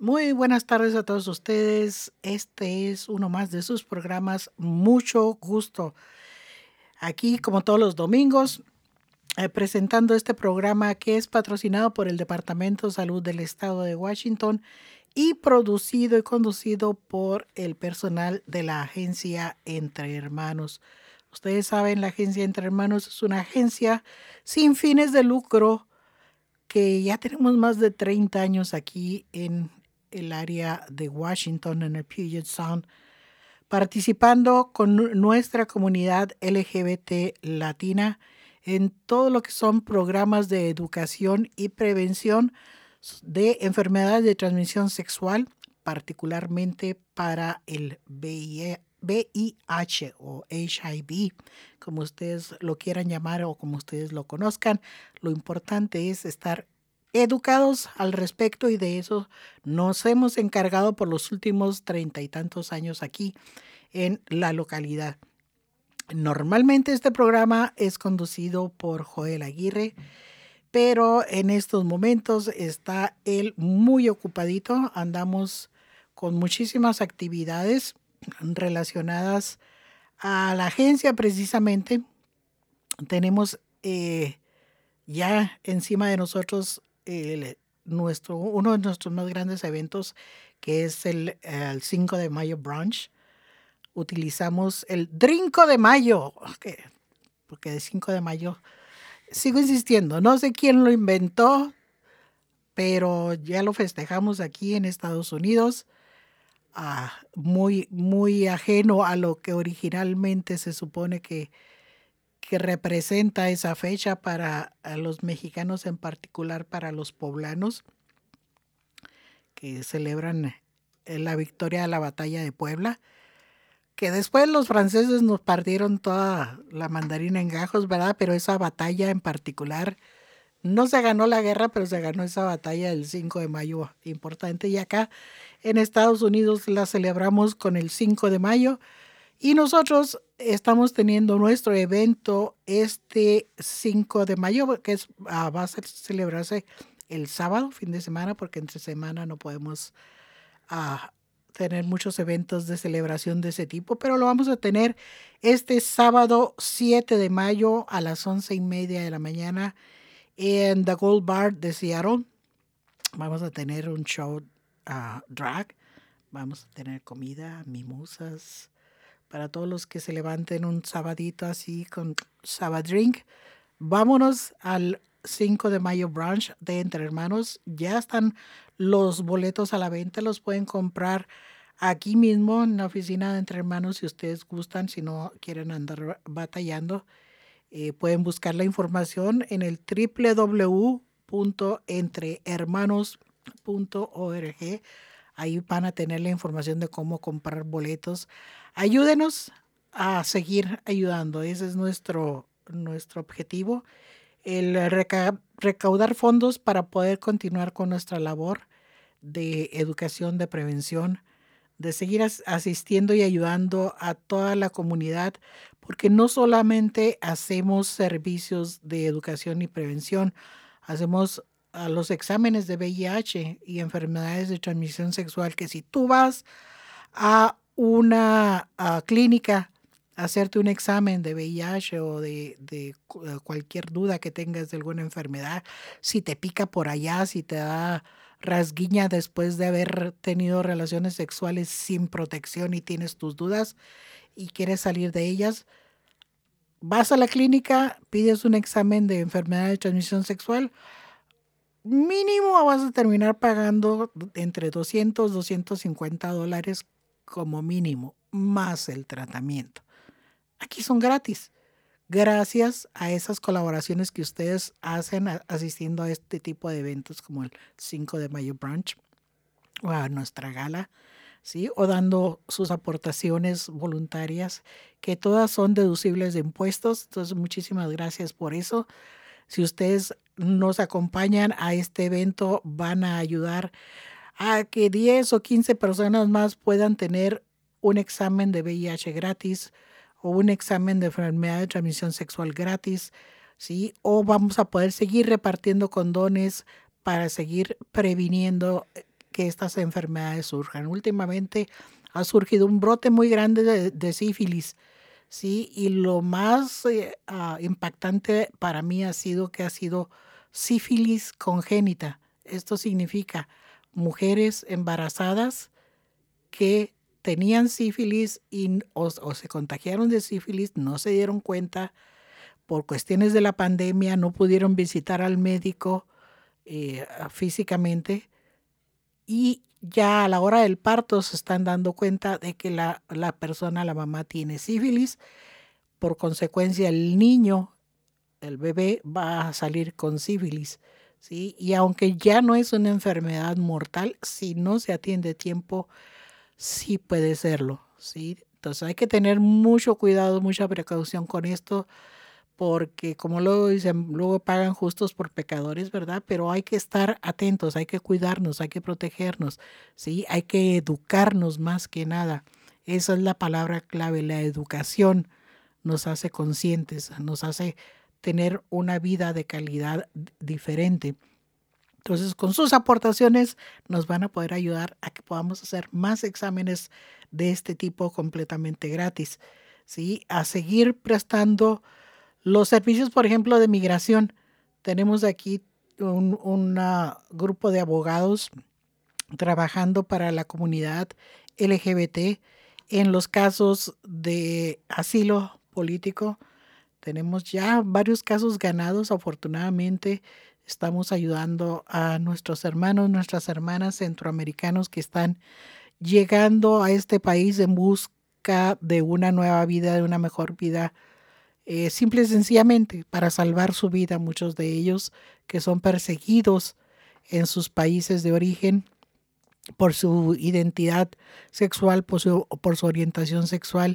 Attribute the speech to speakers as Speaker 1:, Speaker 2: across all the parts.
Speaker 1: Muy buenas tardes a todos ustedes. Este es uno más de sus programas. Mucho gusto. Aquí, como todos los domingos, presentando este programa que es patrocinado por el Departamento de Salud del Estado de Washington y producido y conducido por el personal de la agencia Entre Hermanos. Ustedes saben, la agencia Entre Hermanos es una agencia sin fines de lucro que ya tenemos más de 30 años aquí en el área de Washington, en el Puget Sound, participando con nuestra comunidad LGBT latina en todo lo que son programas de educación y prevención de enfermedades de transmisión sexual, particularmente para el VIH o HIV, como ustedes lo quieran llamar o como ustedes lo conozcan. Lo importante es estar educados al respecto y de eso nos hemos encargado por los últimos 30 y tantos años aquí en la localidad. Normalmente este programa es conducido por Joel Aguirre, pero en estos momentos está él muy ocupadito. Andamos con muchísimas actividades relacionadas a la agencia precisamente. Tenemos ya encima de nosotros uno de nuestros más grandes eventos, que es el 5 de mayo brunch. Utilizamos el Drinco de Mayo, porque de 5 de mayo, sigo insistiendo, no sé quién lo inventó, pero ya lo festejamos aquí en Estados Unidos, muy, muy ajeno a lo que originalmente se supone que representa esa fecha para los mexicanos, en particular para los poblanos, que celebran la victoria de la batalla de Puebla, que después los franceses nos partieron toda la mandarina en gajos, ¿verdad? Pero esa batalla en particular, no se ganó la guerra, pero se ganó esa batalla del 5 de mayo importante. Y acá en Estados Unidos la celebramos con el 5 de mayo. Y nosotros estamos teniendo nuestro evento este 5 de mayo, que va a celebrarse el sábado, fin de semana, porque entre semana no podemos a tener muchos eventos de celebración de ese tipo, pero lo vamos a tener este sábado 7 de mayo a las 11:30 de la mañana en The Gold Bar de Seattle. Vamos a tener un show drag, vamos a tener comida, mimosas, para todos los que se levanten un sabadito así con sabadrink. Vámonos al 5 de mayo brunch de Entre Hermanos. Ya están los boletos a la venta, los pueden comprar aquí mismo en la oficina de Entre Hermanos si ustedes gustan, si no quieren andar batallando. Pueden buscar la información en el www.entrehermanos.org. Ahí van a tener la información de cómo comprar boletos. Ayúdenos a seguir ayudando. Ese es nuestro objetivo, el recaudar fondos para poder continuar con nuestra labor de educación, de prevención, de seguir asistiendo y ayudando a toda la comunidad, porque no solamente hacemos servicios de educación y prevención, hacemos los exámenes de VIH y enfermedades de transmisión sexual, que si tú vas a una clínica a hacerte un examen de VIH o de cualquier duda que tengas de alguna enfermedad, si te pica por allá, si te da rasguña después de haber tenido relaciones sexuales sin protección y tienes tus dudas y quieres salir de ellas, vas a la clínica, pides un examen de enfermedad de transmisión sexual, mínimo vas a terminar pagando entre $200 y $250 como mínimo, más el tratamiento. Aquí son gratis, gracias a esas colaboraciones que ustedes hacen asistiendo a este tipo de eventos como el 5 de mayo brunch o a nuestra gala, ¿sí? O dando sus aportaciones voluntarias, que todas son deducibles de impuestos. Entonces, muchísimas gracias por eso. Si ustedes nos acompañan a este evento, van a ayudar a que 10 o 15 personas más puedan tener un examen de VIH gratis o un examen de enfermedad de transmisión sexual gratis, ¿sí? O vamos a poder seguir repartiendo condones para seguir previniendo que estas enfermedades surjan. Últimamente ha surgido un brote muy grande de sífilis, ¿sí? Y lo más impactante para mí ha sido que ha sido sífilis congénita. Esto significa mujeres embarazadas que tenían sífilis o se contagiaron de sífilis, no se dieron cuenta, por cuestiones de la pandemia no pudieron visitar al médico físicamente, y ya a la hora del parto se están dando cuenta de que la persona, la mamá, tiene sífilis. Por consecuencia, el niño, el bebé, va a salir con sífilis, ¿sí? Y aunque ya no es una enfermedad mortal, si no se atiende a tiempo, sí puede serlo, ¿sí? Entonces hay que tener mucho cuidado, mucha precaución con esto, porque como luego dicen, luego pagan justos por pecadores, ¿verdad? Pero hay que estar atentos, hay que cuidarnos, hay que protegernos, ¿sí? Hay que educarnos más que nada. Esa es la palabra clave, la educación nos hace conscientes, nos hace tener una vida de calidad diferente. Entonces, con sus aportaciones nos van a poder ayudar a que podamos hacer más exámenes de este tipo completamente gratis, ¿sí? A seguir prestando los servicios, por ejemplo, de migración. Tenemos aquí un grupo de abogados trabajando para la comunidad LGBT en los casos de asilo político. Tenemos ya varios casos ganados, afortunadamente. Estamos ayudando a nuestros hermanos, nuestras hermanas centroamericanos que están llegando a este país en busca de una nueva vida, de una mejor vida, simple y sencillamente para salvar su vida. Muchos de ellos que son perseguidos en sus países de origen por su identidad sexual, por su orientación sexual,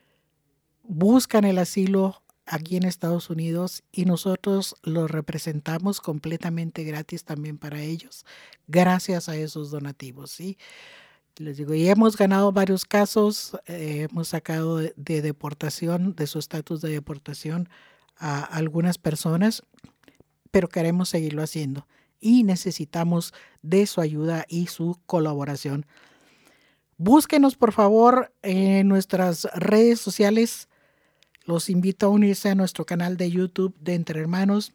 Speaker 1: buscan el asilo aquí en Estados Unidos y nosotros los representamos completamente gratis también para ellos, gracias a esos donativos, ¿sí? Les digo, y hemos ganado varios casos, hemos sacado de deportación, de su estatus de deportación a algunas personas, pero queremos seguirlo haciendo y necesitamos de su ayuda y su colaboración. Búsquenos, por favor, en nuestras redes sociales. Los invito a unirse a nuestro canal de YouTube de Entre Hermanos,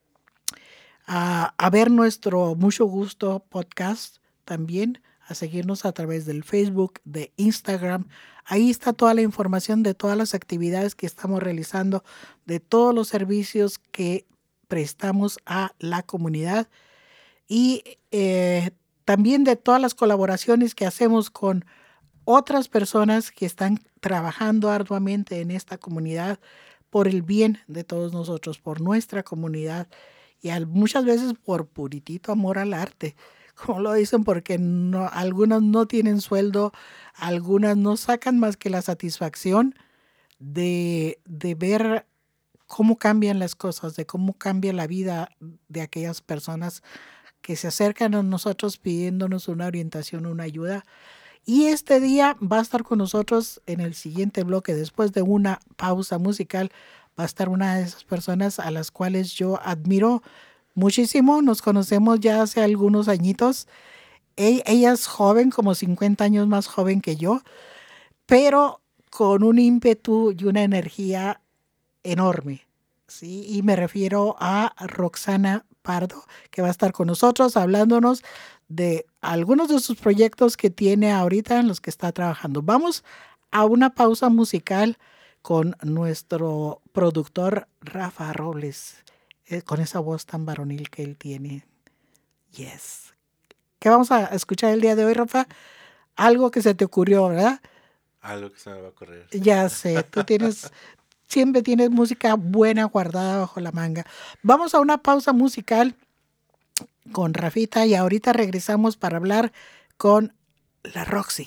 Speaker 1: a ver nuestro Mucho Gusto podcast también, a seguirnos a través del Facebook, de Instagram. Ahí está toda la información de todas las actividades que estamos realizando, de todos los servicios que prestamos a la comunidad y también de todas las colaboraciones que hacemos con otras personas que están trabajando arduamente en esta comunidad por el bien de todos nosotros, por nuestra comunidad y muchas veces por puritito amor al arte, como lo dicen, porque algunas no tienen sueldo, algunas no sacan más que la satisfacción de ver cómo cambian las cosas, de cómo cambia la vida de aquellas personas que se acercan a nosotros pidiéndonos una orientación, una ayuda. Y este día va a estar con nosotros en el siguiente bloque, después de una pausa musical, va a estar una de esas personas a las cuales yo admiro muchísimo. Nos conocemos ya hace algunos añitos. Ella es joven, como 50 años más joven que yo, pero con un ímpetu y una energía enorme, ¿sí? Y me refiero a Roxana Pardo, que va a estar con nosotros hablándonos de algunos de sus proyectos que tiene ahorita en los que está trabajando. Vamos a una pausa musical con nuestro productor Rafa Robles, con esa voz tan varonil que él tiene. Yes. ¿Qué vamos a escuchar el día de hoy, Rafa? Algo que se te ocurrió, ¿verdad?
Speaker 2: Algo que se me va a ocurrir.
Speaker 1: Ya sé, siempre tienes música buena guardada bajo la manga. Vamos a una pausa musical con Rafita y ahorita regresamos para hablar con la Roxy.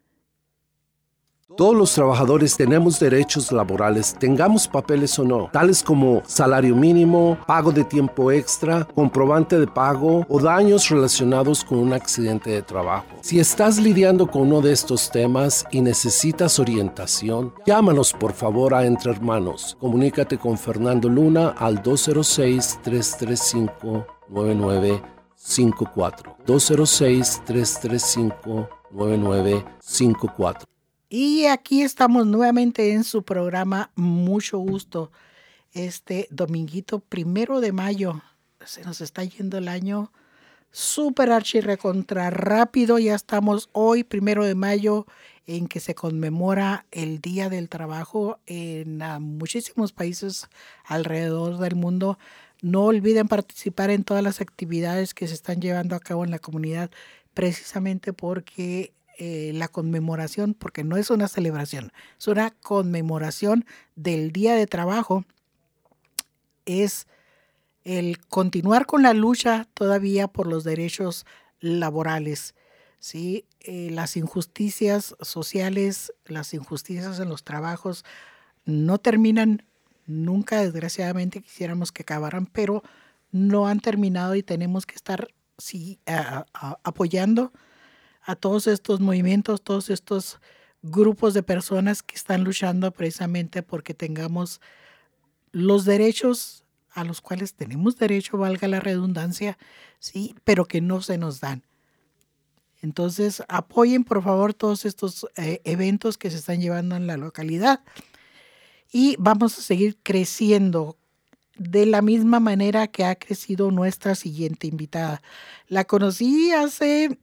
Speaker 3: Todos los trabajadores tenemos derechos laborales, tengamos papeles o no, tales como salario mínimo, pago de tiempo extra, comprobante de pago o daños relacionados con un accidente de trabajo. Si estás lidiando con uno de estos temas y necesitas orientación, llámanos por favor a Entre Hermanos. Comunícate con Fernando Luna al 206-335-9900. 206-335-9954.
Speaker 1: Y aquí estamos nuevamente en su programa Mucho Gusto. Este dominguito 1 de mayo. Se nos está yendo el año súper archi recontra rápido. Ya estamos hoy, 1 de mayo, en que se conmemora el Día del Trabajo en muchísimos países alrededor del mundo. No olviden participar en todas las actividades que se están llevando a cabo en la comunidad, precisamente porque la conmemoración, porque no es una celebración, es una conmemoración del Día de Trabajo, es el continuar con la lucha todavía por los derechos laborales, ¿sí? Las injusticias sociales, las injusticias en los trabajos no terminan nunca, desgraciadamente quisiéramos que acabaran, pero no han terminado y tenemos que estar apoyando a todos estos movimientos, todos estos grupos de personas que están luchando precisamente porque tengamos los derechos a los cuales tenemos derecho, valga la redundancia, sí, pero que no se nos dan. Entonces, apoyen por favor todos estos eventos que se están llevando en la localidad y vamos a seguir creciendo de la misma manera que ha crecido nuestra siguiente invitada. La conocí hace,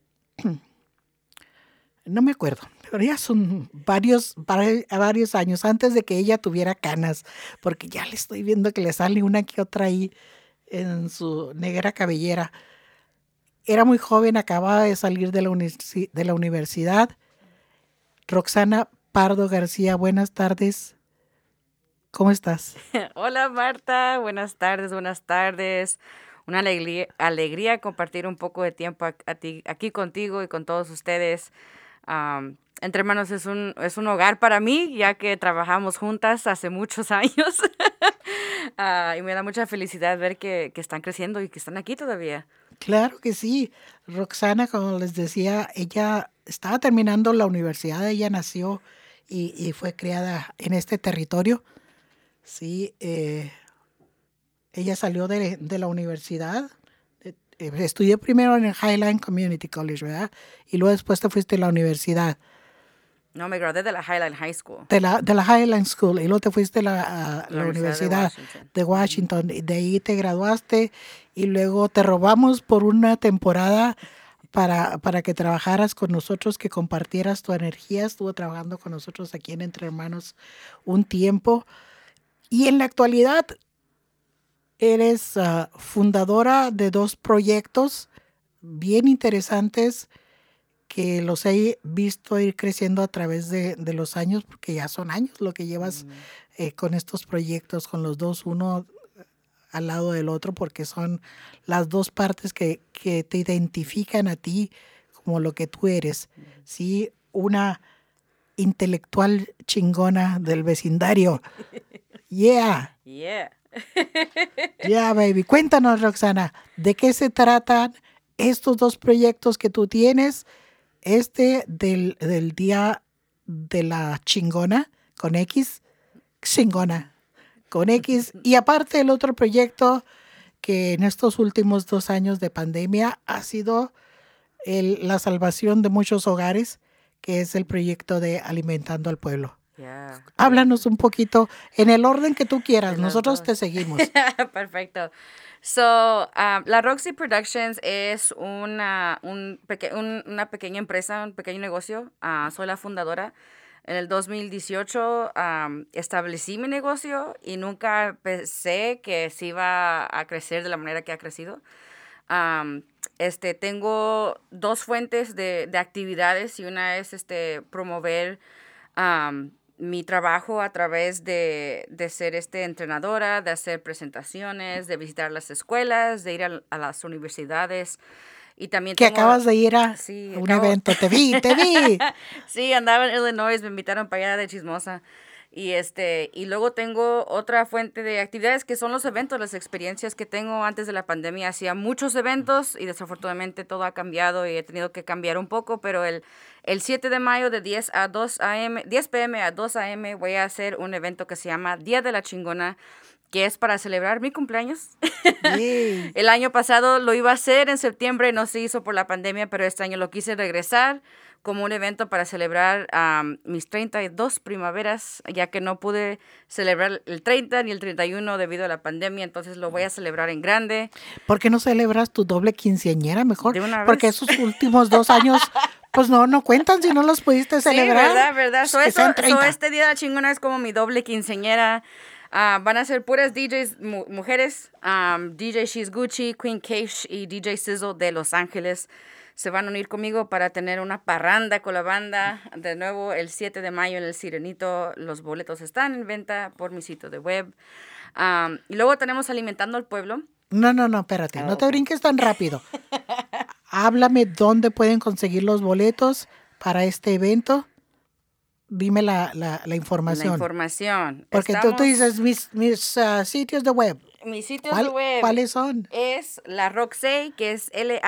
Speaker 1: no me acuerdo, pero ya son varios años antes de que ella tuviera canas, porque ya le estoy viendo que le sale una que otra ahí en su negra cabellera. Era muy joven, acababa de salir de la universidad. Roxana Pardo García, buenas tardes. ¿Cómo estás?
Speaker 4: Hola Marta, buenas tardes, buenas tardes. Una alegría compartir un poco de tiempo aquí contigo y con todos ustedes. Entre Hermanos es un hogar para mí, ya que trabajamos juntas hace muchos años. Y me da mucha felicidad ver que están creciendo y que están aquí todavía.
Speaker 1: Claro que sí. Roxana, como les decía, ella estaba terminando la universidad, ella nació y fue criada en este territorio. Sí, ella salió de la universidad, estudió primero en el Highline Community College, ¿verdad? Y luego después te fuiste a la universidad.
Speaker 4: No, me gradué de la Highline High School.
Speaker 1: De la Highline School, y luego te fuiste a la Universidad de Washington. Y de ahí te graduaste y luego te robamos por una temporada para que trabajaras con nosotros, que compartieras tu energía. Estuvo trabajando con nosotros aquí en Entre Hermanos un tiempo. Y en la actualidad eres fundadora de 2 proyectos bien interesantes que los he visto ir creciendo a través de los años, porque ya son años lo que llevas con estos proyectos, con los dos, uno al lado del otro, porque son las 2 partes que te identifican a ti como lo que tú eres, ¿sí? Una intelectual chingona del vecindario. Yeah.
Speaker 4: Yeah.
Speaker 1: Yeah, baby. Cuéntanos, Roxana, ¿de qué se tratan estos 2 proyectos que tú tienes? Del Día de la Chingona, con X, chingona, con X. Y aparte el otro proyecto que en estos últimos 2 años de pandemia ha sido la salvación de muchos hogares, que es el proyecto de Alimentando al Pueblo.
Speaker 4: Yeah.
Speaker 1: Háblanos un poquito en el orden que tú quieras. Nosotros te seguimos.
Speaker 4: Perfecto. So, la Roxy Productions es una pequeña empresa, un pequeño negocio. Soy la fundadora. En el 2018 establecí mi negocio y nunca pensé que se iba a crecer de la manera que ha crecido. Tengo 2 fuentes de actividades y una es promover mi trabajo a través de ser entrenadora, de hacer presentaciones, de visitar las escuelas, de ir a las universidades. Y también
Speaker 1: que acabas de ir a un evento. Te vi.
Speaker 4: Sí, andaba en Illinois, me invitaron para allá de chismosa. Y luego tengo otra fuente de actividades que son los eventos, las experiencias que tengo. Antes de la pandemia hacía muchos eventos y desafortunadamente todo ha cambiado y he tenido que cambiar un poco, pero el 7 de mayo de 10 p.m. a 2 a.m. voy a hacer un evento que se llama Día de la Chingona, que es para celebrar mi cumpleaños.
Speaker 1: Yay.
Speaker 4: El año pasado lo iba a hacer en septiembre, no se hizo por la pandemia, pero este año lo quise regresar como un evento para celebrar mis 32 primaveras, ya que no pude celebrar el 30 ni el 31 debido a la pandemia, entonces lo voy a celebrar en grande.
Speaker 1: ¿Por qué no celebras tu doble quinceañera mejor?
Speaker 4: De una vez.
Speaker 1: Porque esos últimos 2 años, pues no cuentan si no los pudiste celebrar.
Speaker 4: Sí, verdad.
Speaker 1: Que sean 30.
Speaker 4: Este Día de la Chingona es como mi doble quinceañera. Van a ser puras DJs mujeres, DJ She's Gucci, Queen Cash y DJ Sizzle de Los Ángeles. Se van a unir conmigo para tener una parranda con la banda. De nuevo, el 7 de mayo en el Sirenito. Los boletos están en venta por mi sitio de web. Y luego tenemos Alimentando al Pueblo.
Speaker 1: No, espérate, no te brinques tan rápido. Háblame dónde pueden conseguir los boletos para este evento. Dime la información.
Speaker 4: La información.
Speaker 1: Porque tú dices mis sitios de web.
Speaker 4: Mis sitios de web.
Speaker 1: ¿Cuáles son?
Speaker 4: Es La Roxay, que es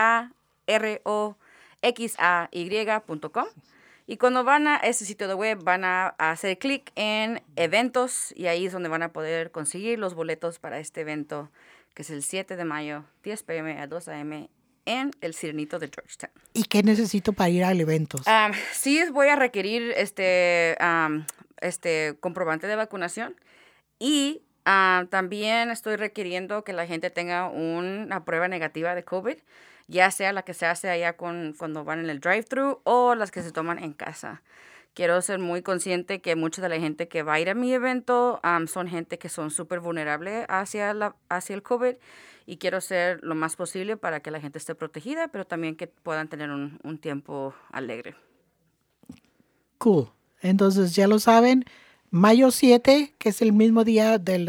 Speaker 4: LAROXAY.com. Y cuando van a ese sitio de web, van a hacer clic en eventos y ahí es donde van a poder conseguir los boletos para este evento, que es el 7 de mayo, 10 p.m. a 2 a.m. en el Sirenito de Georgetown.
Speaker 1: ¿Y qué necesito para ir al evento?
Speaker 4: Sí voy a requerir este comprobante de vacunación y también estoy requiriendo que la gente tenga una prueba negativa de COVID, ya sea la que se hace allá cuando van en el drive-thru o las que se toman en casa. Quiero ser muy consciente que mucha de la gente que va a ir a mi evento son gente que son súper vulnerable hacia el COVID y quiero ser lo más posible para que la gente esté protegida, pero también que puedan tener un tiempo alegre.
Speaker 1: Cool. Entonces, ya lo saben, mayo 7, que es el mismo día del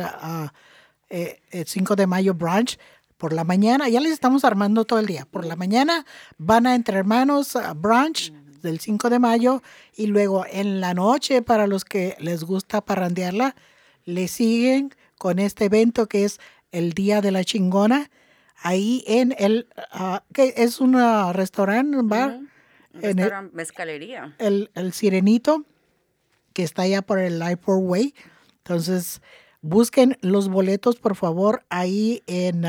Speaker 1: 5 de mayo brunch, por la mañana, ya les estamos armando todo el día. Por la mañana van a Entre Hermanos brunch del 5 de mayo y luego en la noche, para los que les gusta parrandearla, le siguen con este evento que es el Día de la Chingona, ahí en el, que es un restaurante, un bar.
Speaker 4: Un restaurante, mezcalería.
Speaker 1: El Sirenito, que está allá por el Lyport Way. Entonces, busquen los boletos, por favor, ahí en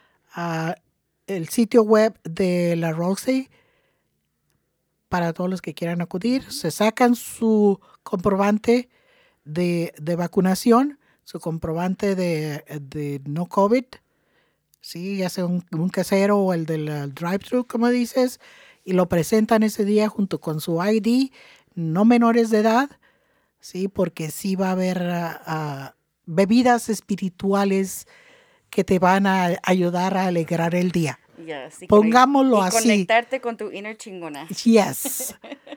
Speaker 1: el sitio web de La Roxay para todos los que quieran acudir. Se sacan su comprobante de vacunación, su comprobante de no COVID, ¿sí? Ya sea un casero o el del drive-thru, como dices, y lo presentan ese día junto con su ID, no menores de edad, ¿sí? Porque sí va a haber bebidas espirituales que te van a ayudar a alegrar el día.
Speaker 4: Yes,
Speaker 1: Pongámoslo
Speaker 4: y
Speaker 1: así.
Speaker 4: Conectarte con tu inner chingona.
Speaker 1: Yes.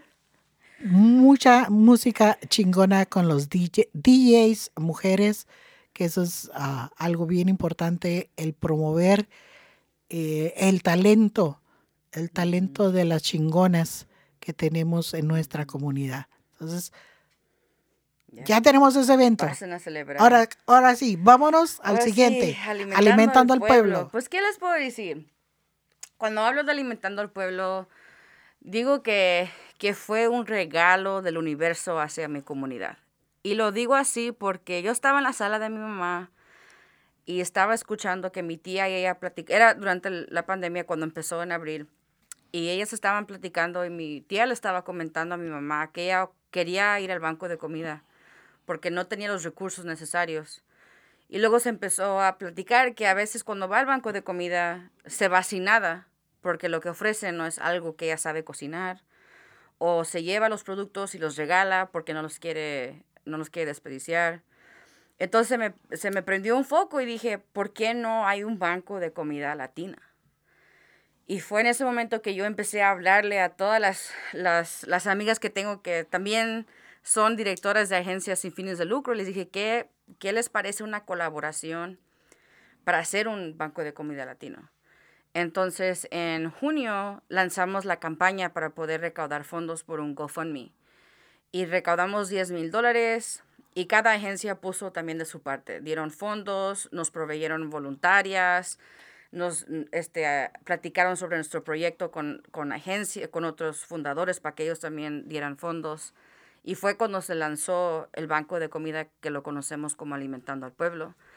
Speaker 1: Mucha música chingona con los DJs, mujeres, que eso es algo bien importante, el promover el talento de las chingonas que tenemos en nuestra comunidad. Entonces, ya tenemos ese evento.
Speaker 4: Pasen a celebrar.
Speaker 1: Ahora sí, vámonos al
Speaker 4: Ahora
Speaker 1: siguiente.
Speaker 4: sí,
Speaker 1: Alimentando al pueblo.
Speaker 4: Pues, ¿qué les puedo decir? Cuando hablo de Alimentando al Pueblo, digo que fue un regalo del universo hacia mi comunidad. Y lo digo así porque yo estaba en la sala de mi mamá y estaba escuchando que mi tía y ella platicaban. Era durante la pandemia cuando empezó en abril. Y ellas estaban platicando y mi tía le estaba comentando a mi mamá que ella quería ir al banco de comida porque no tenía los recursos necesarios. Y luego se empezó a platicar que a veces cuando va al banco de comida se va sin nada porque lo que ofrecen no es algo que ella sabe cocinar, o se lleva los productos y los regala porque no los quiere desperdiciar. Entonces se me prendió un foco y dije, ¿por qué no hay un banco de comida latina? Y fue en ese momento que yo empecé a hablarle a todas las amigas que tengo que también son directoras de agencias sin fines de lucro. Les dije, ¿qué les parece una colaboración para hacer un banco de comida latino? Entonces, en junio lanzamos la campaña para poder recaudar fondos por un GoFundMe. Y recaudamos $10,000 y cada agencia puso también de su parte. Dieron fondos, nos proveyeron voluntarias, nos platicaron sobre nuestro proyecto con otros fundadores para que ellos también dieran fondos. Y fue cuando se lanzó el banco de comida que lo conocemos como Alimentando al Pueblo.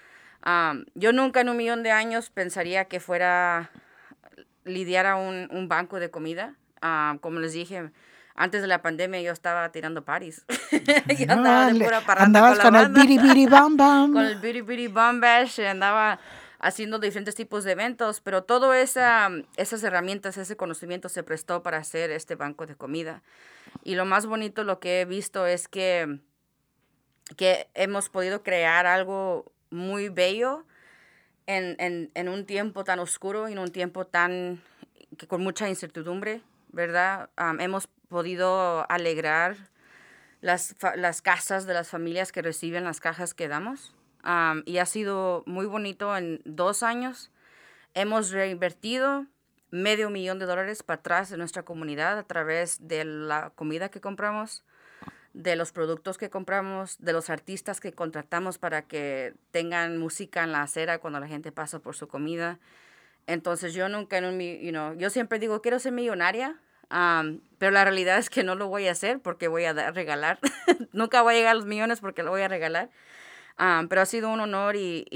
Speaker 4: Yo nunca en un millón de años pensaría que fuera lidiar a un banco de comida. Como les dije, antes de la pandemia yo estaba tirando parties. Yo andaba de pura parranda
Speaker 1: andabas
Speaker 4: con la
Speaker 1: con el
Speaker 4: banda.
Speaker 1: biri biri bam bam.
Speaker 4: Con el Bitty Bitty Bum Bash, andaba haciendo diferentes tipos de eventos, pero todas esas herramientas, ese conocimiento se prestó para hacer este banco de comida. Y lo más bonito, lo que he visto es que hemos podido crear algo muy bello en un tiempo tan oscuro y en un tiempo con mucha incertidumbre, ¿verdad? Hemos podido alegrar las casas de las familias que reciben las cajas que damos. Y ha sido muy bonito. En 2 años hemos reinvertido $500,000 para atrás de nuestra comunidad a través de la comida que compramos, de los productos que compramos, de los artistas que contratamos para que tengan música en la acera cuando la gente pasa por su comida. Entonces yo nunca, yo siempre digo, quiero ser millonaria, pero la realidad es que no lo voy a hacer porque voy a regalar. Nunca voy a llegar a los millones porque lo voy a regalar. Pero ha sido un honor y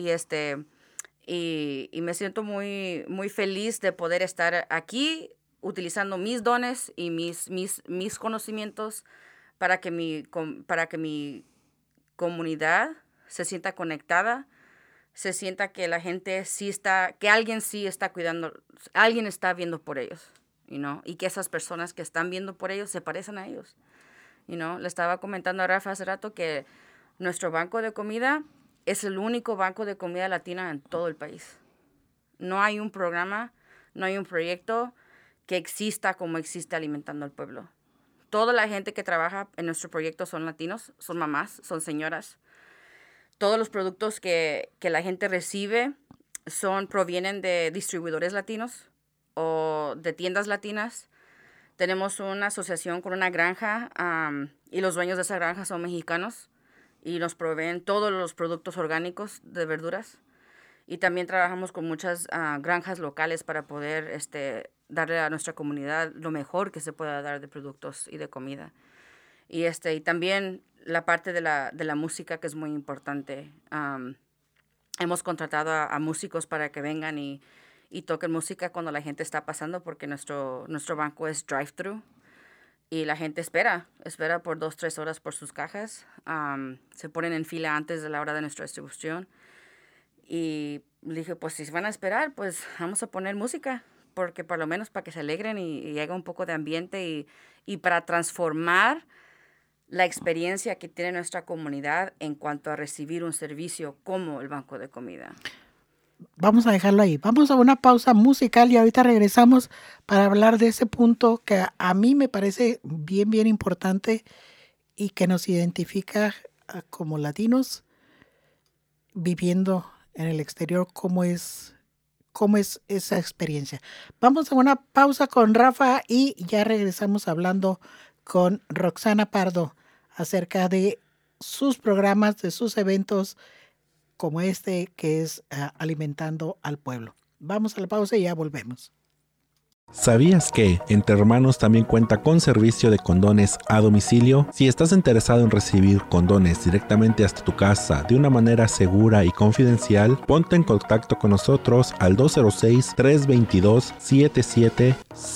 Speaker 4: me siento muy, muy feliz de poder estar aquí utilizando mis dones y mis conocimientos para que mi comunidad se sienta conectada, se sienta que la gente que alguien sí está cuidando, alguien está viendo por ellos, y que esas personas que están viendo por ellos se parecen a ellos. Le estaba comentando a Rafa hace rato que nuestro banco de comida es el único banco de comida latina en todo el país. No hay un programa, no hay un proyecto que exista como existe Alimentando al Pueblo. Toda la gente que trabaja en nuestro proyecto son latinos, son mamás, son señoras. Todos los productos que la gente recibe provienen de distribuidores latinos o de tiendas latinas. Tenemos una asociación con una granja y los dueños de esa granja son mexicanos y nos proveen todos los productos orgánicos de verduras. Y también trabajamos con muchas granjas locales para poder darle a nuestra comunidad lo mejor que se pueda dar de productos y de comida. Y también la parte de la música, que es muy importante. Hemos contratado a músicos para que vengan y toquen música cuando la gente está pasando, porque nuestro banco es drive-thru y la gente espera por 2-3 horas por sus cajas. Se ponen en fila antes de la hora de nuestra distribución. Y le dije, pues si van a esperar, pues vamos a poner música, porque por lo menos para que se alegren y haga un poco de ambiente y para transformar la experiencia que tiene nuestra comunidad en cuanto a recibir un servicio como el banco de comida.
Speaker 1: Vamos a dejarlo ahí. Vamos a una pausa musical y ahorita regresamos para hablar de ese punto que a mí me parece bien, bien importante y que nos identifica como latinos viviendo en el exterior, cómo es esa experiencia. Vamos a una pausa con Rafa y ya regresamos hablando con Roxana Pardo acerca de sus programas, de sus eventos, como que es Alimentando al Pueblo. Vamos a la pausa y ya volvemos.
Speaker 5: ¿Sabías que Entre Hermanos también cuenta con servicio de condones a domicilio? Si estás interesado en recibir condones directamente hasta tu casa de una manera segura y confidencial, ponte en contacto con nosotros al 206-322-7700.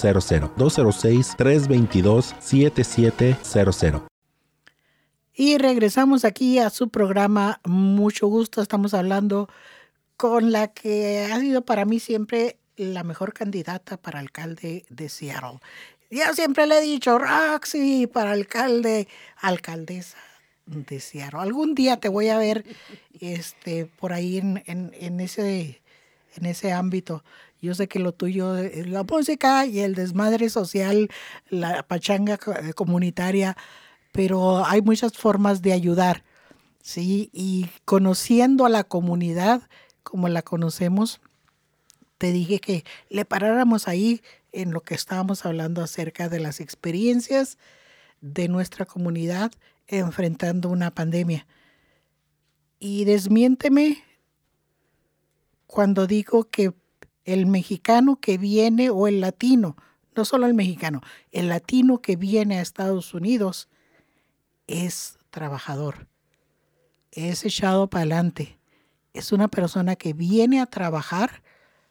Speaker 5: 206-322-7700.
Speaker 1: Y regresamos aquí a su programa Mucho Gusto. Estamos hablando con la que ha sido para mí siempre la mejor candidata para alcalde de Seattle. Yo siempre le he dicho, Roxy, para alcaldesa de Seattle. Algún día te voy a ver por ahí en ese ámbito. Yo sé que lo tuyo es la música y el desmadre social, la pachanga comunitaria, pero hay muchas formas de ayudar, ¿sí? Y conociendo a la comunidad como la conocemos, te dije que le paráramos ahí en lo que estábamos hablando acerca de las experiencias de nuestra comunidad enfrentando una pandemia. Y desmiénteme cuando digo que el mexicano que viene, o el latino, no solo el mexicano, el latino que viene a Estados Unidos es trabajador, es echado para adelante, es una persona que viene a trabajar,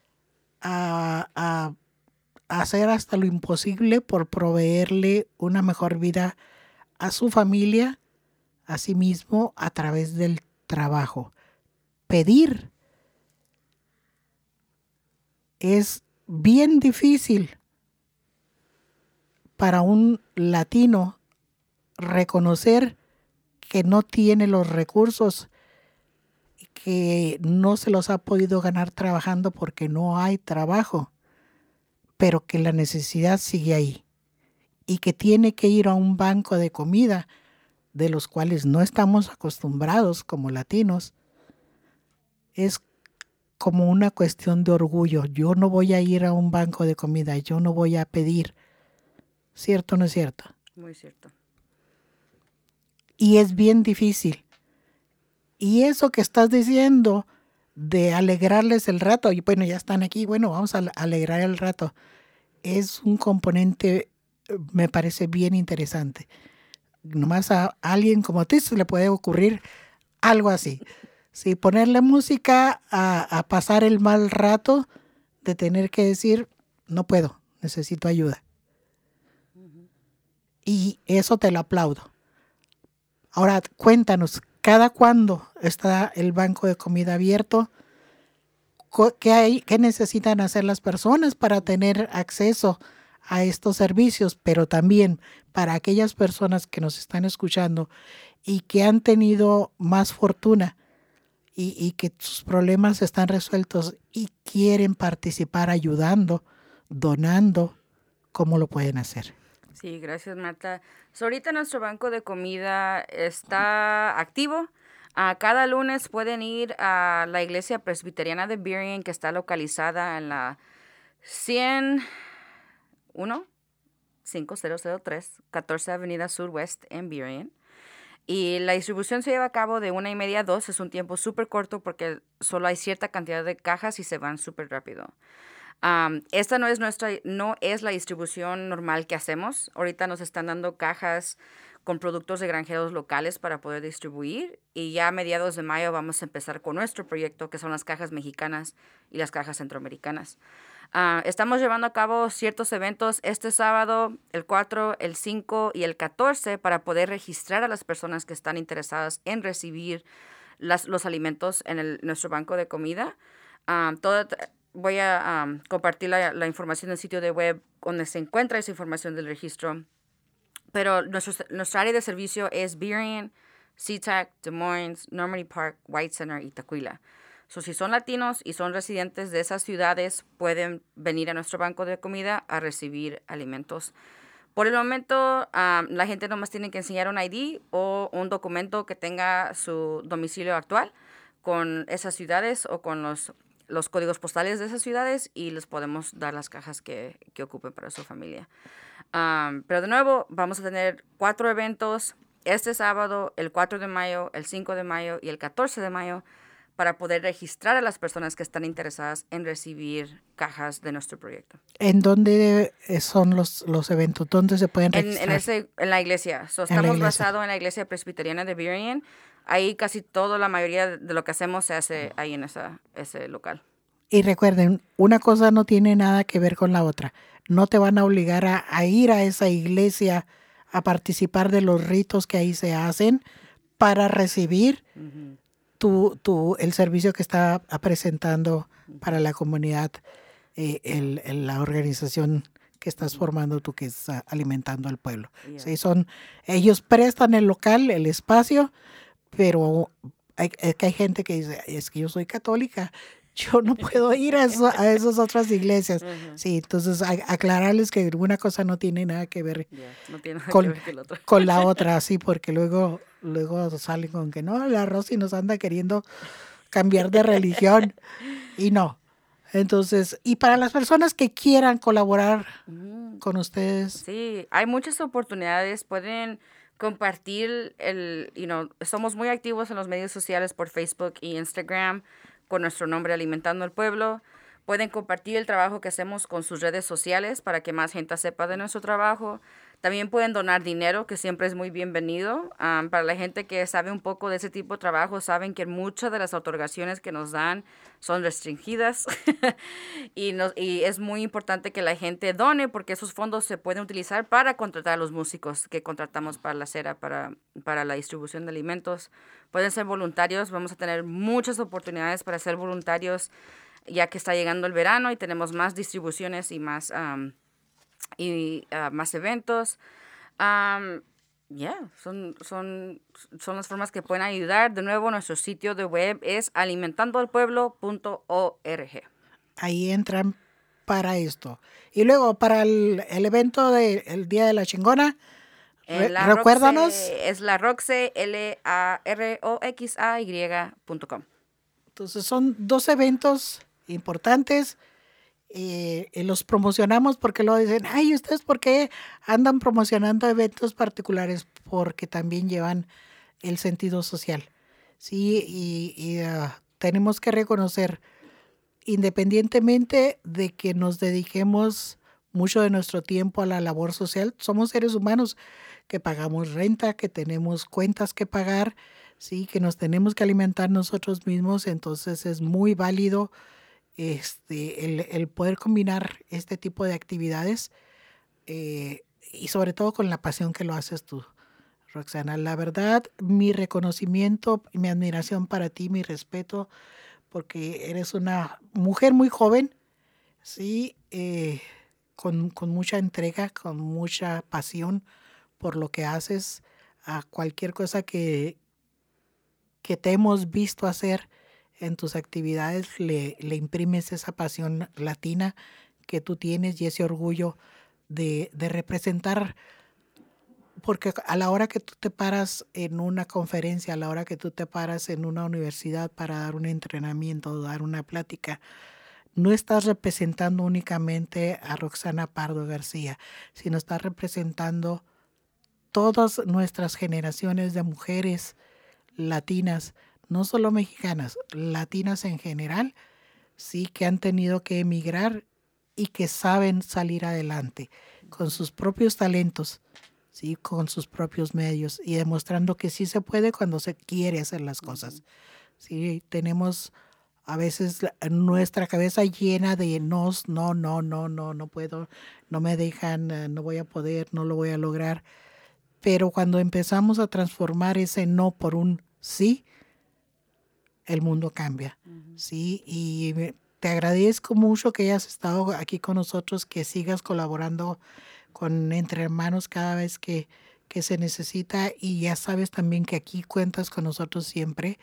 Speaker 1: a hacer hasta lo imposible por proveerle una mejor vida a su familia, a sí mismo, a través del trabajo. Pedir es bien difícil para un latino reconocer que no tiene los recursos, que no se los ha podido ganar trabajando porque no hay trabajo, pero que la necesidad sigue ahí y que tiene que ir a un banco de comida de los cuales no estamos acostumbrados como latinos. Es como una cuestión de orgullo. Yo no voy a ir a un banco de comida, yo no voy a pedir. ¿Cierto o no es cierto?
Speaker 4: Muy cierto.
Speaker 1: Y es bien difícil. Y eso que estás diciendo de alegrarles el rato, y bueno, ya están aquí, bueno, vamos a alegrar el rato, es un componente, me parece bien interesante. Nomás a alguien como ti se le puede ocurrir algo así. Sí, ponerle música a pasar el mal rato de tener que decir, no puedo, necesito ayuda. Y eso te lo aplaudo. Ahora cuéntanos, ¿cada cuándo está el banco de comida abierto? ¿Qué necesitan hacer las personas para tener acceso a estos servicios? Pero también para aquellas personas que nos están escuchando y que han tenido más fortuna y que sus problemas están resueltos y quieren participar ayudando, donando, ¿cómo lo pueden hacer?
Speaker 4: Sí, gracias, Marta. Ahorita nuestro banco de comida está activo. Cada lunes pueden ir a la iglesia presbiteriana de Burien, que está localizada en la 5003, 14 Avenida Surwest en Burien. Y la distribución se lleva a cabo de 1:30 a 2. Es un tiempo súper corto porque solo hay cierta cantidad de cajas y se van súper rápido. Esta no es la distribución normal que hacemos. Ahorita nos están dando cajas con productos de granjeros locales para poder distribuir, y ya a mediados de mayo vamos a empezar con nuestro proyecto, que son las cajas mexicanas y las cajas centroamericanas. Estamos llevando a cabo ciertos eventos este sábado, el 4, el 5 y el 14, para poder registrar a las personas que están interesadas en recibir los alimentos en nuestro banco de comida. Voy a compartir la información del sitio de web donde se encuentra esa información del registro. Pero nuestra área de servicio es Burien, SeaTac, Des Moines, Normandy Park, White Center y Tequila. Si son latinos y son residentes de esas ciudades, pueden venir a nuestro banco de comida a recibir alimentos. Por el momento, la gente nomás tiene que enseñar un ID o un documento que tenga su domicilio actual con esas ciudades o con los códigos postales de esas ciudades, y les podemos dar las cajas que ocupen para su familia. Pero de nuevo, vamos a tener 4 eventos este sábado, el 4 de mayo, el 5 de mayo y el 14 de mayo, para poder registrar a las personas que están interesadas en recibir cajas de nuestro proyecto.
Speaker 1: ¿En dónde son los eventos? ¿Dónde se pueden registrar?
Speaker 4: En la iglesia. Estamos basados en la iglesia presbiteriana de Burien. Ahí casi la mayoría de lo que hacemos se hace ahí en ese local.
Speaker 1: Y recuerden, una cosa no tiene nada que ver con la otra. No te van a obligar a ir a esa iglesia a participar de los ritos que ahí se hacen para recibir el servicio que está presentando para la comunidad, la organización que estás formando tú, que es Alimentando al Pueblo. Yeah. Sí, ellos prestan el local, el espacio, pero hay gente que dice, es que yo soy católica, yo no puedo ir a esas otras iglesias. Sí, entonces aclararles que una cosa no tiene nada que ver,
Speaker 4: no tiene nada
Speaker 1: con,
Speaker 4: que ver con la otra.
Speaker 1: Con la otra, sí, porque luego salen con que no, la Rosy nos anda queriendo cambiar de religión, y no. Entonces, y para las personas que quieran colaborar con ustedes.
Speaker 4: Sí, hay muchas oportunidades. Pueden compartir somos muy activos en los medios sociales por Facebook y Instagram con nuestro nombre Alimentando al Pueblo. Pueden compartir el trabajo que hacemos con sus redes sociales para que más gente sepa de nuestro trabajo. También pueden donar dinero, que siempre es muy bienvenido. Para la gente que sabe un poco de ese tipo de trabajo, saben que muchas de las otorgaciones que nos dan son restringidas y es muy importante que la gente done porque esos fondos se pueden utilizar para contratar a los músicos que contratamos para la cera, para la distribución de alimentos. Pueden ser voluntarios, vamos a tener muchas oportunidades para ser voluntarios ya que está llegando el verano y tenemos más distribuciones y más más eventos. Son las formas que pueden ayudar. De nuevo, nuestro sitio de web es alimentandoalpueblo.org.
Speaker 1: Ahí entran para esto. Y luego, para el evento del Día de la Chingona, recuérdanos.
Speaker 4: Es la Roxay, LAROXAY.com.
Speaker 1: Entonces, son 2 eventos importantes. Los promocionamos porque luego dicen, ay, ¿ustedes por qué andan promocionando eventos particulares? Porque también llevan el sentido social, ¿sí? Y tenemos que reconocer, independientemente de que nos dediquemos mucho de nuestro tiempo a la labor social, somos seres humanos que pagamos renta, que tenemos cuentas que pagar, ¿sí? Que nos tenemos que alimentar nosotros mismos, entonces es muy válido el poder combinar este tipo de actividades y sobre todo con la pasión que lo haces tú, Roxana. La verdad, mi reconocimiento, mi admiración para ti, mi respeto, porque eres una mujer muy joven, ¿sí? Con mucha entrega, con mucha pasión por lo que haces, a cualquier cosa que te hemos visto hacer en tus actividades le imprimes esa pasión latina que tú tienes y ese orgullo de representar, porque a la hora que tú te paras en una conferencia, a la hora que tú te paras en una universidad para dar un entrenamiento, dar una plática, no estás representando únicamente a Roxana Pardo García, sino estás representando todas nuestras generaciones de mujeres latinas, no solo mexicanas, latinas en general, sí, que han tenido que emigrar y que saben salir adelante con sus propios talentos, sí, con sus propios medios y demostrando que sí se puede cuando se quiere hacer las cosas. Sí, tenemos a veces nuestra cabeza llena de no puedo, no me dejan, no voy a poder, no lo voy a lograr. Pero cuando empezamos a transformar ese no por un sí, el mundo cambia, ¿sí? Y te agradezco mucho que hayas estado aquí con nosotros, que sigas colaborando con Entre Hermanos cada vez que se necesita y ya sabes también que aquí cuentas con nosotros siempre,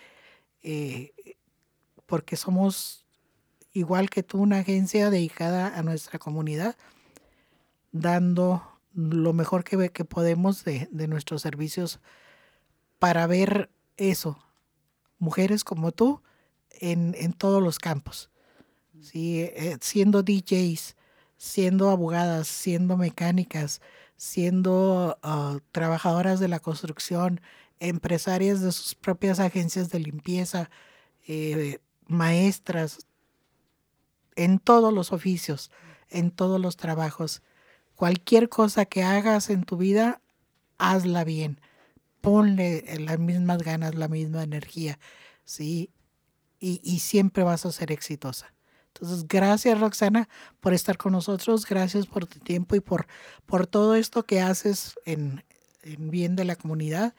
Speaker 1: porque somos, igual que tú, una agencia dedicada a nuestra comunidad, dando lo mejor que podemos de nuestros servicios para ver eso, mujeres como tú en todos los campos, ¿sí? Siendo DJs, siendo abogadas, siendo mecánicas, siendo trabajadoras de la construcción, empresarias de sus propias agencias de limpieza, maestras, en todos los oficios, en todos los trabajos. Cualquier cosa que hagas en tu vida, hazla bien. Ponle las mismas ganas, la misma energía, ¿sí? Y siempre vas a ser exitosa. Entonces, gracias, Roxana, por estar con nosotros. Gracias por tu tiempo y por todo esto que haces en bien de la comunidad.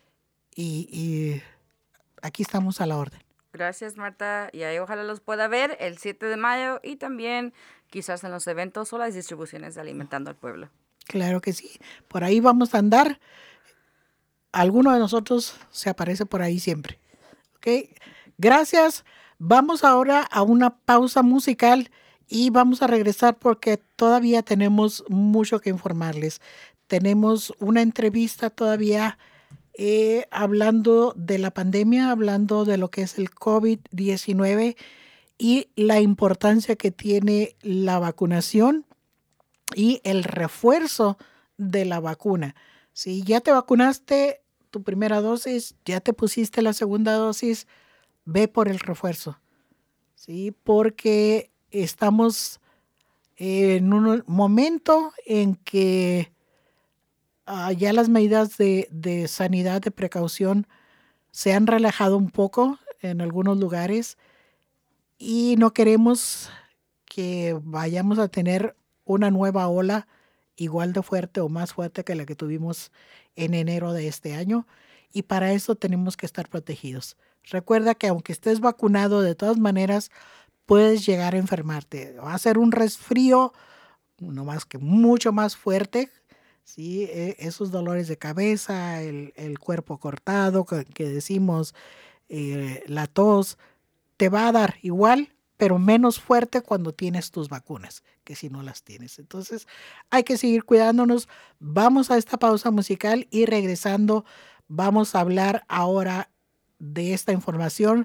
Speaker 1: Y aquí estamos a la orden.
Speaker 4: Gracias, Marta. Y ahí ojalá los pueda ver el 7 de mayo y también quizás en los eventos o las distribuciones de Alimentando al Pueblo.
Speaker 1: Claro que sí. Por ahí vamos a andar. Alguno de nosotros se aparece por ahí siempre. ¿Ok? Gracias. Vamos ahora a una pausa musical y vamos a regresar porque todavía tenemos mucho que informarles. Tenemos una entrevista todavía hablando de la pandemia, hablando de lo que es el COVID-19 y la importancia que tiene la vacunación y el refuerzo de la vacuna. Si ya te vacunaste tu primera dosis, ya te pusiste la segunda dosis, ve por el refuerzo, ¿sí? Porque estamos en un momento en que ya las medidas de sanidad, de precaución, se han relajado un poco en algunos lugares y no queremos que vayamos a tener una nueva ola igual de fuerte o más fuerte que la que tuvimos en enero de este año, y para eso tenemos que estar protegidos. Recuerda que aunque estés vacunado, de todas maneras puedes llegar a enfermarte. Va a ser un resfrío, no más que mucho más fuerte, ¿sí? Esos dolores de cabeza, el cuerpo cortado que decimos, la tos, te va a dar igual, pero menos fuerte cuando tienes tus vacunas que si no las tienes. Entonces hay que seguir cuidándonos. Vamos a esta pausa musical y regresando vamos a hablar ahora de esta información.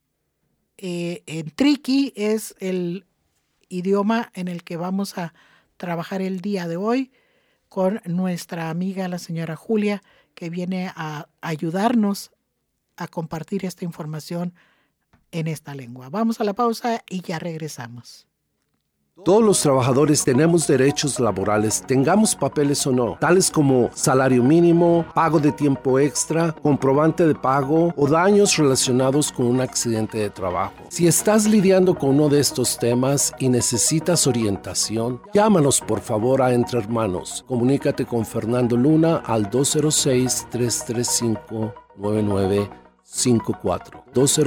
Speaker 1: En Triqui es el idioma en el que vamos a trabajar el día de hoy con nuestra amiga la señora Julia, que viene a ayudarnos a compartir esta información en esta lengua. Vamos a la pausa y ya regresamos.
Speaker 3: Todos los trabajadores tenemos derechos laborales, tengamos papeles o no, tales como salario mínimo, pago de tiempo extra, comprobante de pago o daños relacionados con un accidente de trabajo. Si estás lidiando con uno de estos temas y necesitas orientación, llámanos por favor a Entre Hermanos. Comunícate con Fernando Luna al 206-335-9954.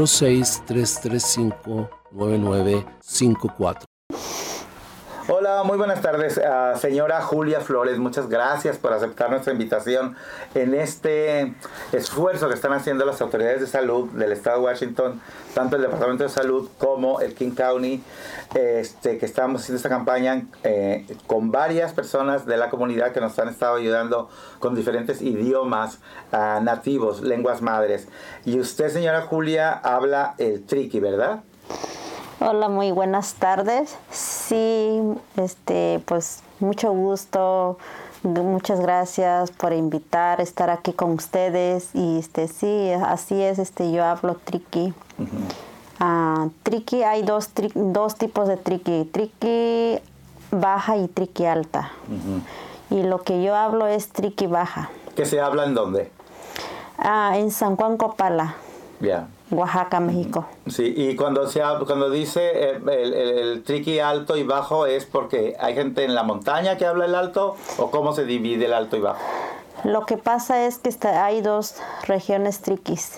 Speaker 3: 206-335-9954.
Speaker 6: Hola, muy buenas tardes, señora Julia Flores. Muchas gracias por aceptar nuestra invitación en este esfuerzo que están haciendo las autoridades de salud del estado de Washington, tanto el Departamento de Salud como el King County, que estamos haciendo esta campaña con varias personas de la comunidad que nos han estado ayudando con diferentes idiomas nativos, lenguas madres. Y usted, señora Julia, habla el Triqui, ¿verdad?
Speaker 7: Hola, muy buenas tardes. Sí, pues mucho gusto. Muchas gracias por invitar a estar aquí con ustedes. Y sí, así es, yo hablo Triqui. Triqui, hay dos tipos de Triqui. Triqui baja y Triqui alta. Y lo que yo hablo es Triqui baja.
Speaker 6: ¿Qué se habla en dónde?
Speaker 7: En San Juan Copala.
Speaker 6: Ya.
Speaker 7: Oaxaca, México.
Speaker 6: Sí, y cuando dice el Triqui alto y bajo, ¿es porque hay gente en la montaña que habla el alto o cómo se divide el alto y bajo?
Speaker 7: Lo que pasa es que hay dos regiones Triquis.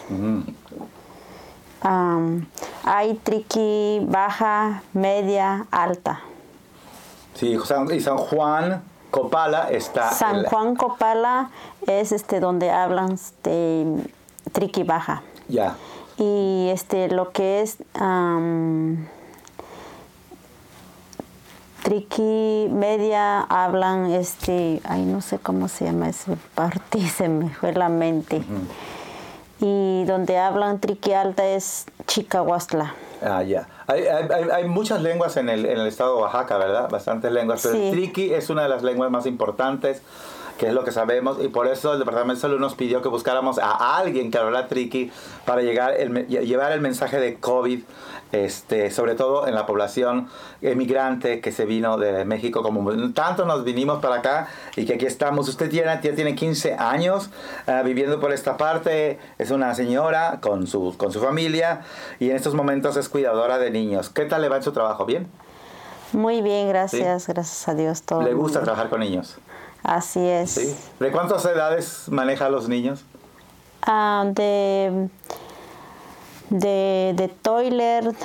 Speaker 7: Hay Triqui baja, media, alta.
Speaker 6: Sí, y San Juan Copala está...
Speaker 7: San Juan Copala es donde hablan Triqui baja.
Speaker 6: Ya.
Speaker 7: Y lo que es Triqui media hablan no sé cómo se llama ese parte, se me fue la mente. Y donde hablan Triqui alta es Chicahuastla.
Speaker 6: Ya. Hay muchas lenguas en el estado de Oaxaca, ¿verdad? Bastantes lenguas, pero
Speaker 7: sí.
Speaker 6: El Triqui es una de las lenguas más importantes, que es lo que sabemos, y por eso el Departamento de Salud nos pidió que buscáramos a alguien que hablara Triqui para llevar el mensaje de COVID, sobre todo en la población emigrante que se vino de México, como tanto nos vinimos para acá y que aquí estamos. Usted ya tiene 15 años viviendo por esta parte, es una señora con su familia y en estos momentos es cuidadora de niños. ¿Qué tal le va en su trabajo? ¿Bien?
Speaker 7: Muy bien, gracias,
Speaker 6: ¿Sí?
Speaker 7: Gracias a Dios. Todo
Speaker 6: ¿Le gusta trabajar con niños?
Speaker 7: Así es.
Speaker 6: ¿Sí? ¿De cuántas edades maneja a los niños?
Speaker 7: De toiler,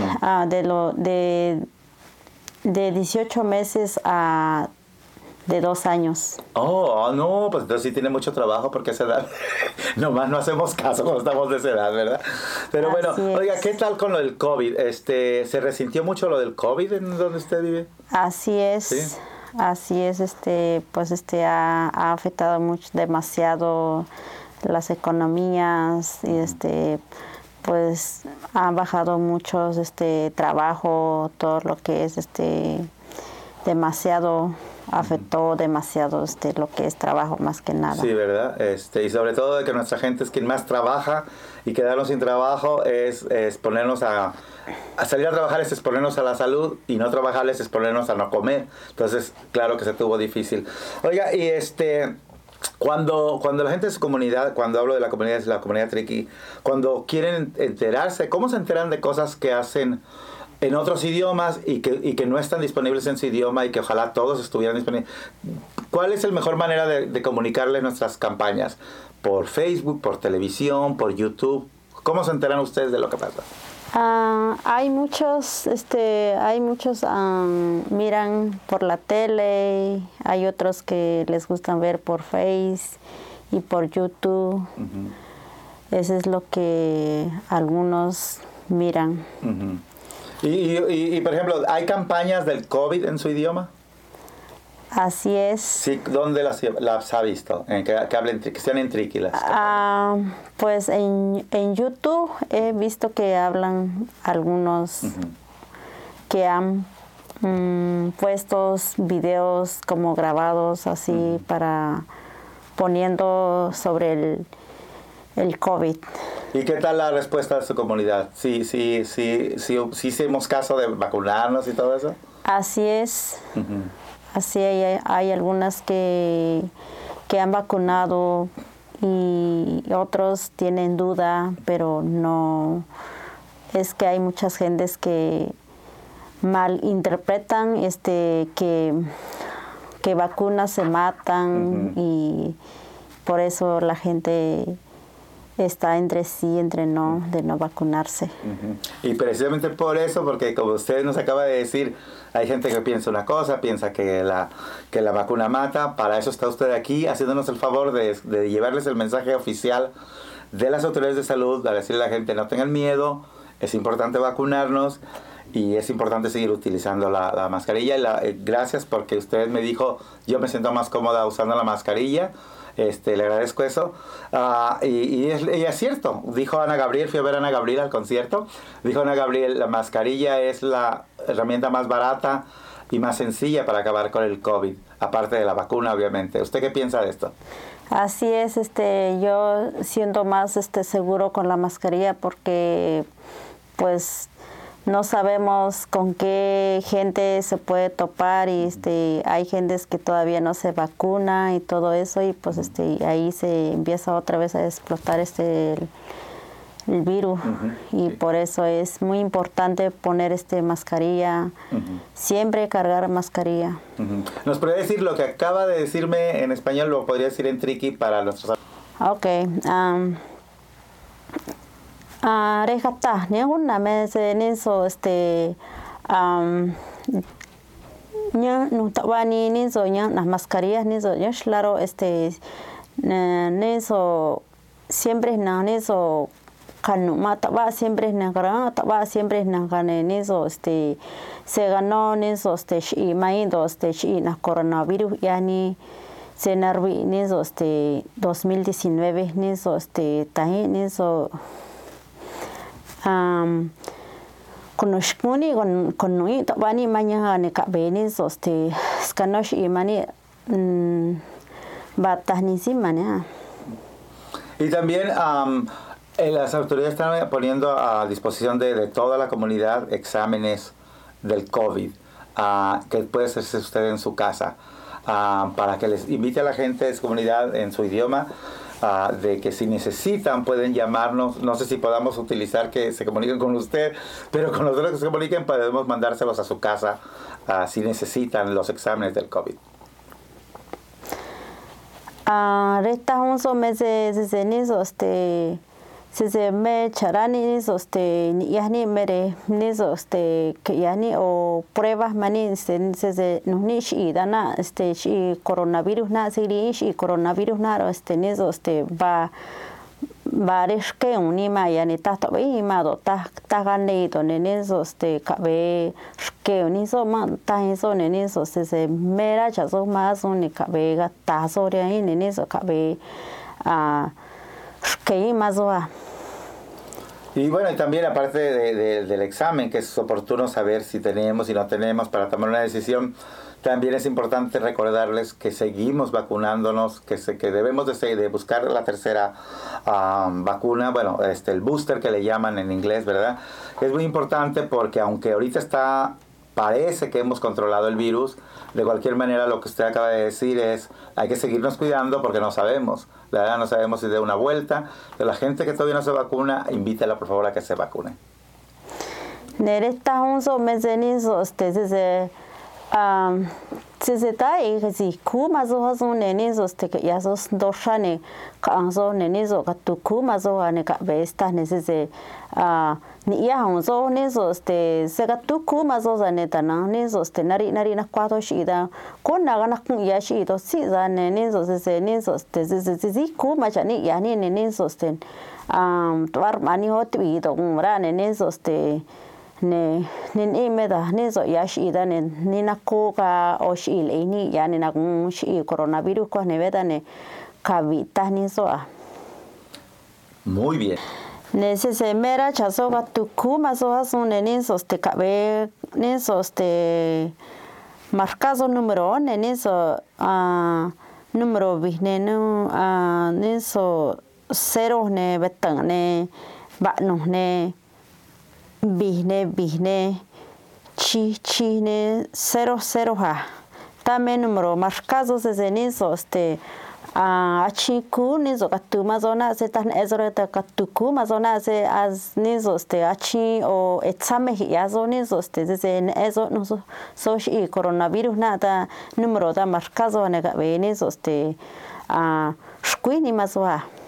Speaker 7: de 18 meses a de 2 años.
Speaker 6: No, pues entonces sí tiene mucho trabajo porque a esa edad nomás no hacemos caso cuando estamos de esa edad, ¿verdad? Pero bueno, oiga, ¿qué tal con lo del COVID? ¿Se resintió mucho lo del COVID en donde usted vive?
Speaker 7: Así es. ¿Sí? Así es, ha afectado demasiado las economías y pues ha bajado mucho trabajo, todo lo que es demasiado, afectó demasiado lo que es trabajo más que nada.
Speaker 6: Sí, ¿verdad? Y sobre todo de que nuestra gente es quien más trabaja y quedarnos sin trabajo es ponernos a salir a trabajar, es exponernos a la salud, y no trabajar es exponernos a no comer. Entonces, claro que se tuvo difícil. Oiga, y Cuando la gente de su comunidad, cuando hablo de la comunidad triqui, cuando quieren enterarse, ¿cómo se enteran de cosas que hacen en otros idiomas y que no están disponibles en su idioma y que ojalá todos estuvieran disponibles? ¿Cuál es la mejor manera de comunicarles nuestras campañas? ¿Por Facebook, por televisión, por YouTube? ¿Cómo se enteran ustedes de lo que pasa?
Speaker 7: Hay muchos, miran por la tele, hay otros que les gustan ver por Face y por YouTube. Eso es lo que algunos miran.
Speaker 6: Y, por ejemplo, ¿hay campañas del COVID en su idioma?
Speaker 7: Así es.
Speaker 6: Sí, ¿dónde las ha visto? Que sean en triqui.
Speaker 7: Pues en YouTube he visto que hablan algunos que han puesto videos como grabados así para poniendo sobre el COVID.
Speaker 6: ¿Y qué tal la respuesta de su comunidad? ¿Sí hicimos caso de vacunarnos y todo eso?
Speaker 7: Así es. Así hay algunas que han vacunado y otros tienen duda, pero no. Es que hay muchas gentes que malinterpretan que vacunas se matan y por eso la gente está entre sí, entre no, de no vacunarse.
Speaker 6: Y precisamente por eso, porque como usted nos acaba de decir, hay gente que piensa una cosa, piensa que la vacuna mata. Para eso está usted aquí, haciéndonos el favor de llevarles el mensaje oficial de las autoridades de salud, para decirle a la gente, no tengan miedo, es importante vacunarnos y es importante seguir utilizando la mascarilla. Gracias porque usted me dijo, yo me siento más cómoda usando la mascarilla. Le agradezco eso. Y es cierto, dijo Ana Gabriel, fui a ver a Ana Gabriel al concierto, dijo Ana Gabriel, la mascarilla es la herramienta más barata y más sencilla para acabar con el COVID, aparte de la vacuna, obviamente. ¿Usted qué piensa de esto?
Speaker 7: Así es, yo siento más seguro con la mascarilla porque pues no sabemos con qué gente se puede topar y hay gentes que todavía no se vacuna y todo eso y pues ahí se empieza otra vez a explotar el virus y por eso es muy importante poner mascarilla, siempre cargar mascarilla.
Speaker 6: ¿Nos podría decir lo que acaba de decirme en español, lo podría decir en triqui para nuestros...
Speaker 7: Okay. Rejata, ninguna mes ninso nya nutawani ninso nya las mascarillas ninso nya claro ninso siempre na ninso kanuma taba siempre na gara taba siempre na gane ninso se ganó ninso y maido y na coronavirus yani se narvi ninso 2019 ninso tahi ninso conozcuni con nui tabani mañana ne cabeni scanosh y mani batahnisimania.
Speaker 6: Y también las autoridades están poniendo a disposición de toda la comunidad exámenes del COVID que puede hacerse usted en su casa para que les invite a la gente de su comunidad en su idioma. De que si necesitan pueden llamarnos, no sé si podamos utilizar que se comuniquen con usted, pero con los otros que se comuniquen podemos mandárselos a su casa si necesitan los exámenes del COVID.
Speaker 7: Resta unso meses niso se me charani niso yani mere niso que yani o pruebas mani se nunish y dana y coronavirus na sirish y coronavirus na niso va que unima yani ta imado ta gane do niso cabe que uniso ma ta eso niso se mera chazo más única vega ta sobre ahí niso cabe que más va.
Speaker 6: Y bueno, y también aparte del examen, que es oportuno saber si tenemos y no tenemos para tomar una decisión, también es importante recordarles que seguimos vacunándonos, que debemos de buscar la tercera vacuna, bueno, el booster que le llaman en inglés, ¿verdad? Es muy importante porque aunque ahorita está parece que hemos controlado el virus. De cualquier manera, lo que usted acaba de decir es, hay que seguirnos cuidando porque no sabemos, ¿verdad? No sabemos si de una vuelta. De la gente que todavía no se vacuna, invítela por favor a que se vacune.
Speaker 7: Nereta hunso mezenizo Siseta y Kumazo has un nenizo que yasos doshane, Kanzo nenizo, Katukumazo and Besta necesse Niazo nizos, the Segatukumazos and Netana, nizos, the Narina Quato Shida, Konagana Yashito, Caesar, Nenizos, Nizos, the Zikumachani, Yanin, Nizos, Twarmani Hotbi, the Umran, Nizos, the ne imeda nizo yashida ne ninakoka oshil ini yani na shi coronavirus ko neveda ne kavita nizo.
Speaker 6: Muy bien.
Speaker 7: Nese semera chasoga tukuma so asune nizo ste kabe nizo ste marcazo número 1 nizo número vineno nizo 0 ne betan ne bano ne Bihne, Chine, 00 ha. También número marcados desde nizo, achiku nizo katuma zona se tan ezreta katukuma zona se as nizo achi o exame yazo nizo desde eso no so y coronavirus nada número da marcado nega nizo shkuini mazwa